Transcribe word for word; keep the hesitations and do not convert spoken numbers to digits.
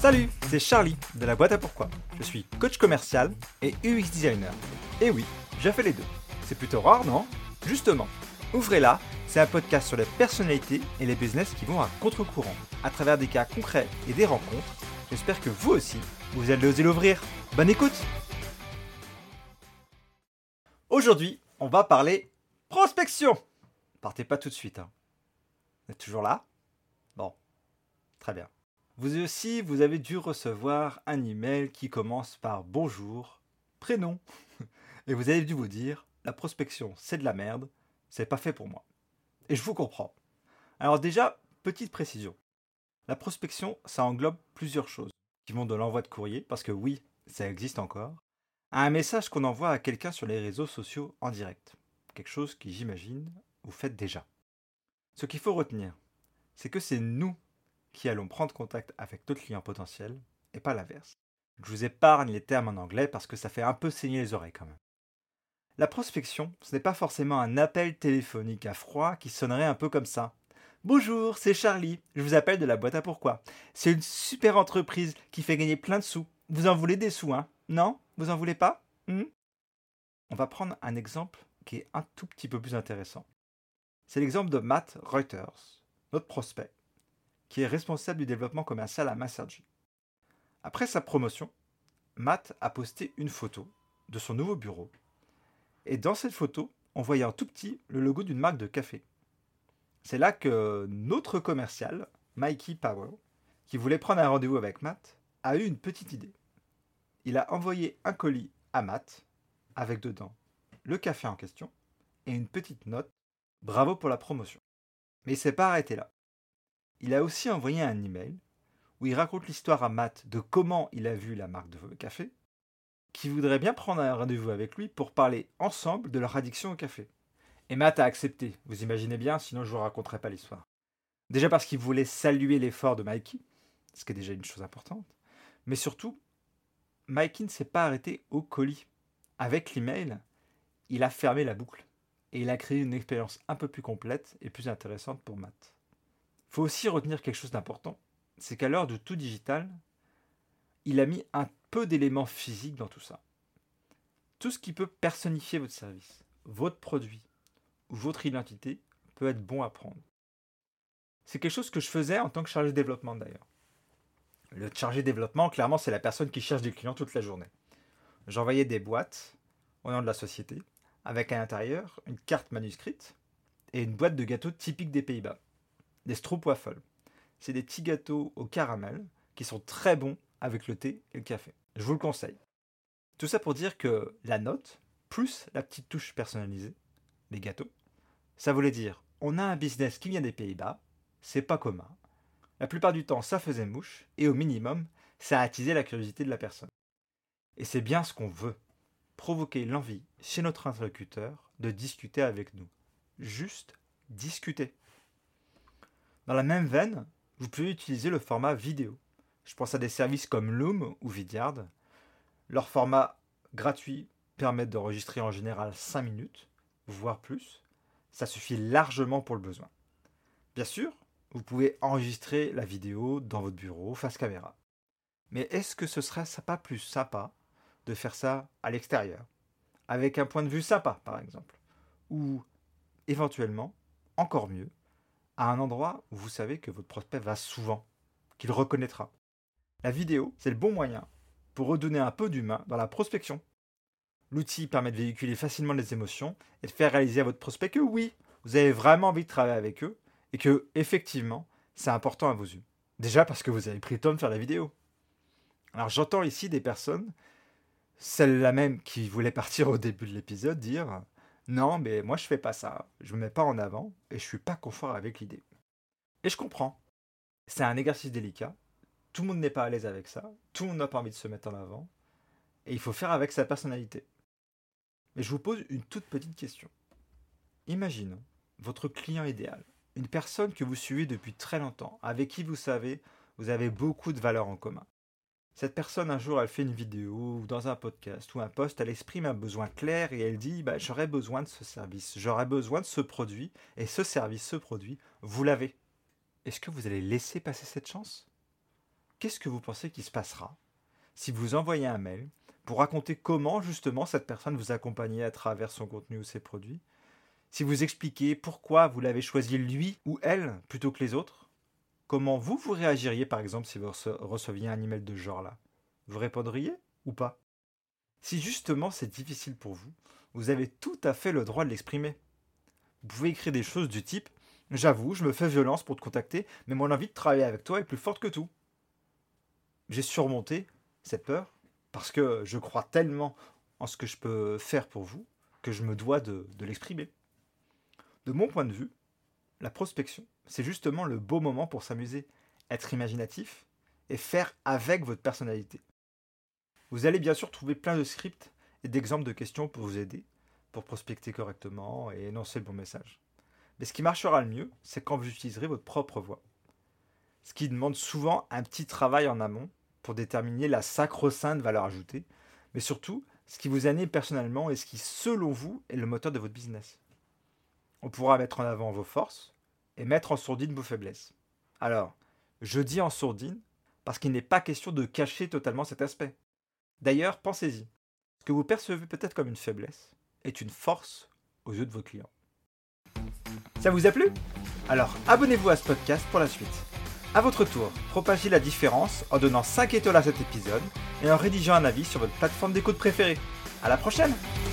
Salut, c'est Charlie de la boîte à pourquoi. Je suis coach commercial et U X designer. Et oui, j'ai fait les deux. C'est plutôt rare, non? Justement, Ouvrez-la, c'est un podcast sur les personnalités et les business qui vont à contre-courant, à travers des cas concrets et des rencontres. J'espère que vous aussi, vous allez oser l'ouvrir. Bonne écoute! Aujourd'hui, on va parler prospection. Partez pas tout de suite. Hein. Vous êtes toujours là? Bon, très bien. Vous aussi, vous avez dû recevoir un email qui commence par bonjour, prénom. Et vous avez dû vous dire, la prospection, c'est de la merde, c'est pas fait pour moi. Et je vous comprends. Alors déjà, petite précision. La prospection, ça englobe plusieurs choses qui vont de l'envoi de courrier, parce que oui, ça existe encore, à un message qu'on envoie à quelqu'un sur les réseaux sociaux en direct. Quelque chose qui, j'imagine, vous faites déjà. Ce qu'il faut retenir, c'est que c'est nous qui allons prendre contact avec notre client potentiel, et pas l'inverse. Je vous épargne les termes en anglais parce que ça fait un peu saigner les oreilles quand même. La prospection, ce n'est pas forcément un appel téléphonique à froid qui sonnerait un peu comme ça. Bonjour, c'est Charlie, je vous appelle de la boîte à pourquoi. C'est une super entreprise qui fait gagner plein de sous. Vous en voulez des sous, hein? Non? Vous en voulez pas? hmm On va prendre un exemple qui est un tout petit peu plus intéressant. C'est l'exemple de Matt Reuters, notre prospect, qui est responsable du développement commercial à Masergy. Après sa promotion, Matt a posté une photo de son nouveau bureau. Et dans cette photo, on voyait en tout petit le logo d'une marque de café. C'est là que notre commercial, Mikey Powell, qui voulait prendre un rendez-vous avec Matt, a eu une petite idée. Il a envoyé un colis à Matt, avec dedans le café en question, et une petite note « Bravo pour la promotion ». Mais il ne s'est pas arrêté là. Il a aussi envoyé un email où il raconte l'histoire à Matt de comment il a vu la marque de café, qui voudrait bien prendre un rendez-vous avec lui pour parler ensemble de leur addiction au café. Et Matt a accepté, vous imaginez bien, sinon je ne vous raconterai pas l'histoire. Déjà parce qu'il voulait saluer l'effort de Mikey, ce qui est déjà une chose importante, mais surtout, Mikey ne s'est pas arrêté au colis. Avec l'email, il a fermé la boucle et il a créé une expérience un peu plus complète et plus intéressante pour Matt. Il faut aussi retenir quelque chose d'important, c'est qu'à l'heure de tout digital, il a mis un peu d'éléments physiques dans tout ça. Tout ce qui peut personnifier votre service, votre produit ou votre identité peut être bon à prendre. C'est quelque chose que je faisais en tant que chargé de développement d'ailleurs. Le chargé de développement, clairement, c'est la personne qui cherche des clients toute la journée. J'envoyais des boîtes au nom de la société, avec à l'intérieur une carte manuscrite et une boîte de gâteaux typiques des Pays-Bas. Des stroopwafels. C'est des petits gâteaux au caramel qui sont très bons avec le thé et le café. Je vous le conseille. Tout ça pour dire que la note, plus la petite touche personnalisée, les gâteaux, ça voulait dire on a un business qui vient des Pays-Bas, c'est pas commun. La plupart du temps, ça faisait mouche, et au minimum, ça a attisé la curiosité de la personne. Et c'est bien ce qu'on veut, provoquer l'envie chez notre interlocuteur de discuter avec nous. Juste discuter. Dans la même veine, vous pouvez utiliser le format vidéo. Je pense à des services comme Loom ou Vidyard. Leur format gratuit permet d'enregistrer en général cinq minutes, voire plus. Ça suffit largement pour le besoin. Bien sûr, vous pouvez enregistrer la vidéo dans votre bureau face caméra. Mais est-ce que ce serait pas plus sympa de faire ça à l'extérieur, avec un point de vue sympa par exemple, ou éventuellement, encore mieux, à un endroit où vous savez que votre prospect va souvent, qu'il reconnaîtra. La vidéo, c'est le bon moyen pour redonner un peu d'humain dans la prospection. L'outil permet de véhiculer facilement les émotions et de faire réaliser à votre prospect que oui, vous avez vraiment envie de travailler avec eux et que, effectivement, c'est important à vos yeux. Déjà parce que vous avez pris le temps de faire la vidéo. Alors j'entends ici des personnes, celle-là même qui voulait partir au début de l'épisode, dire « Non, mais moi je fais pas ça, je me mets pas en avant et je suis pas confort avec l'idée. » Et je comprends. C'est un exercice délicat. Tout le monde n'est pas à l'aise avec ça. Tout le monde n'a pas envie de se mettre en avant. Et il faut faire avec sa personnalité. Mais je vous pose une toute petite question. Imaginons votre client idéal, une personne que vous suivez depuis très longtemps, avec qui vous savez, vous avez beaucoup de valeurs en commun. Cette personne, un jour, elle fait une vidéo, ou dans un podcast, ou un post, elle exprime un besoin clair et elle dit bah, « j'aurais besoin de ce service, j'aurais besoin de ce produit, et ce service, ce produit, vous l'avez. » Est-ce que vous allez laisser passer cette chance ? qu'est-ce que vous pensez qui se passera si vous envoyez un mail pour raconter comment justement cette personne vous accompagnait à travers son contenu ou ses produits? Si vous expliquez pourquoi vous l'avez choisi lui ou elle plutôt que les autres? Comment vous, vous réagiriez par exemple si vous rece- receviez un email de ce genre-là? Vous répondriez ou pas? Si justement c'est difficile pour vous, vous avez tout à fait le droit de l'exprimer. Vous pouvez écrire des choses du type: j'avoue, je me fais violence pour te contacter, mais mon envie de travailler avec toi est plus forte que tout. J'ai surmonté cette peur parce que je crois tellement en ce que je peux faire pour vous que je me dois de, de l'exprimer. De mon point de vue, la prospection, c'est justement le beau moment pour s'amuser, être imaginatif et faire avec votre personnalité. Vous allez bien sûr trouver plein de scripts et d'exemples de questions pour vous aider, pour prospecter correctement et énoncer le bon message. Mais ce qui marchera le mieux, c'est quand vous utiliserez votre propre voix. Ce qui demande souvent un petit travail en amont pour déterminer la sacro-sainte valeur ajoutée, mais surtout ce qui vous anime personnellement et ce qui, selon vous, est le moteur de votre business. On pourra mettre en avant vos forces et mettre en sourdine vos faiblesses. Alors, je dis en sourdine parce qu'il n'est pas question de cacher totalement cet aspect. D'ailleurs, pensez-y. Ce que vous percevez peut-être comme une faiblesse est une force aux yeux de vos clients. Ça vous a plu? Alors abonnez-vous à ce podcast pour la suite. A votre tour, propagez la différence en donnant cinq étoiles à cet épisode et en rédigeant un avis sur votre plateforme d'écoute préférée. À la prochaine!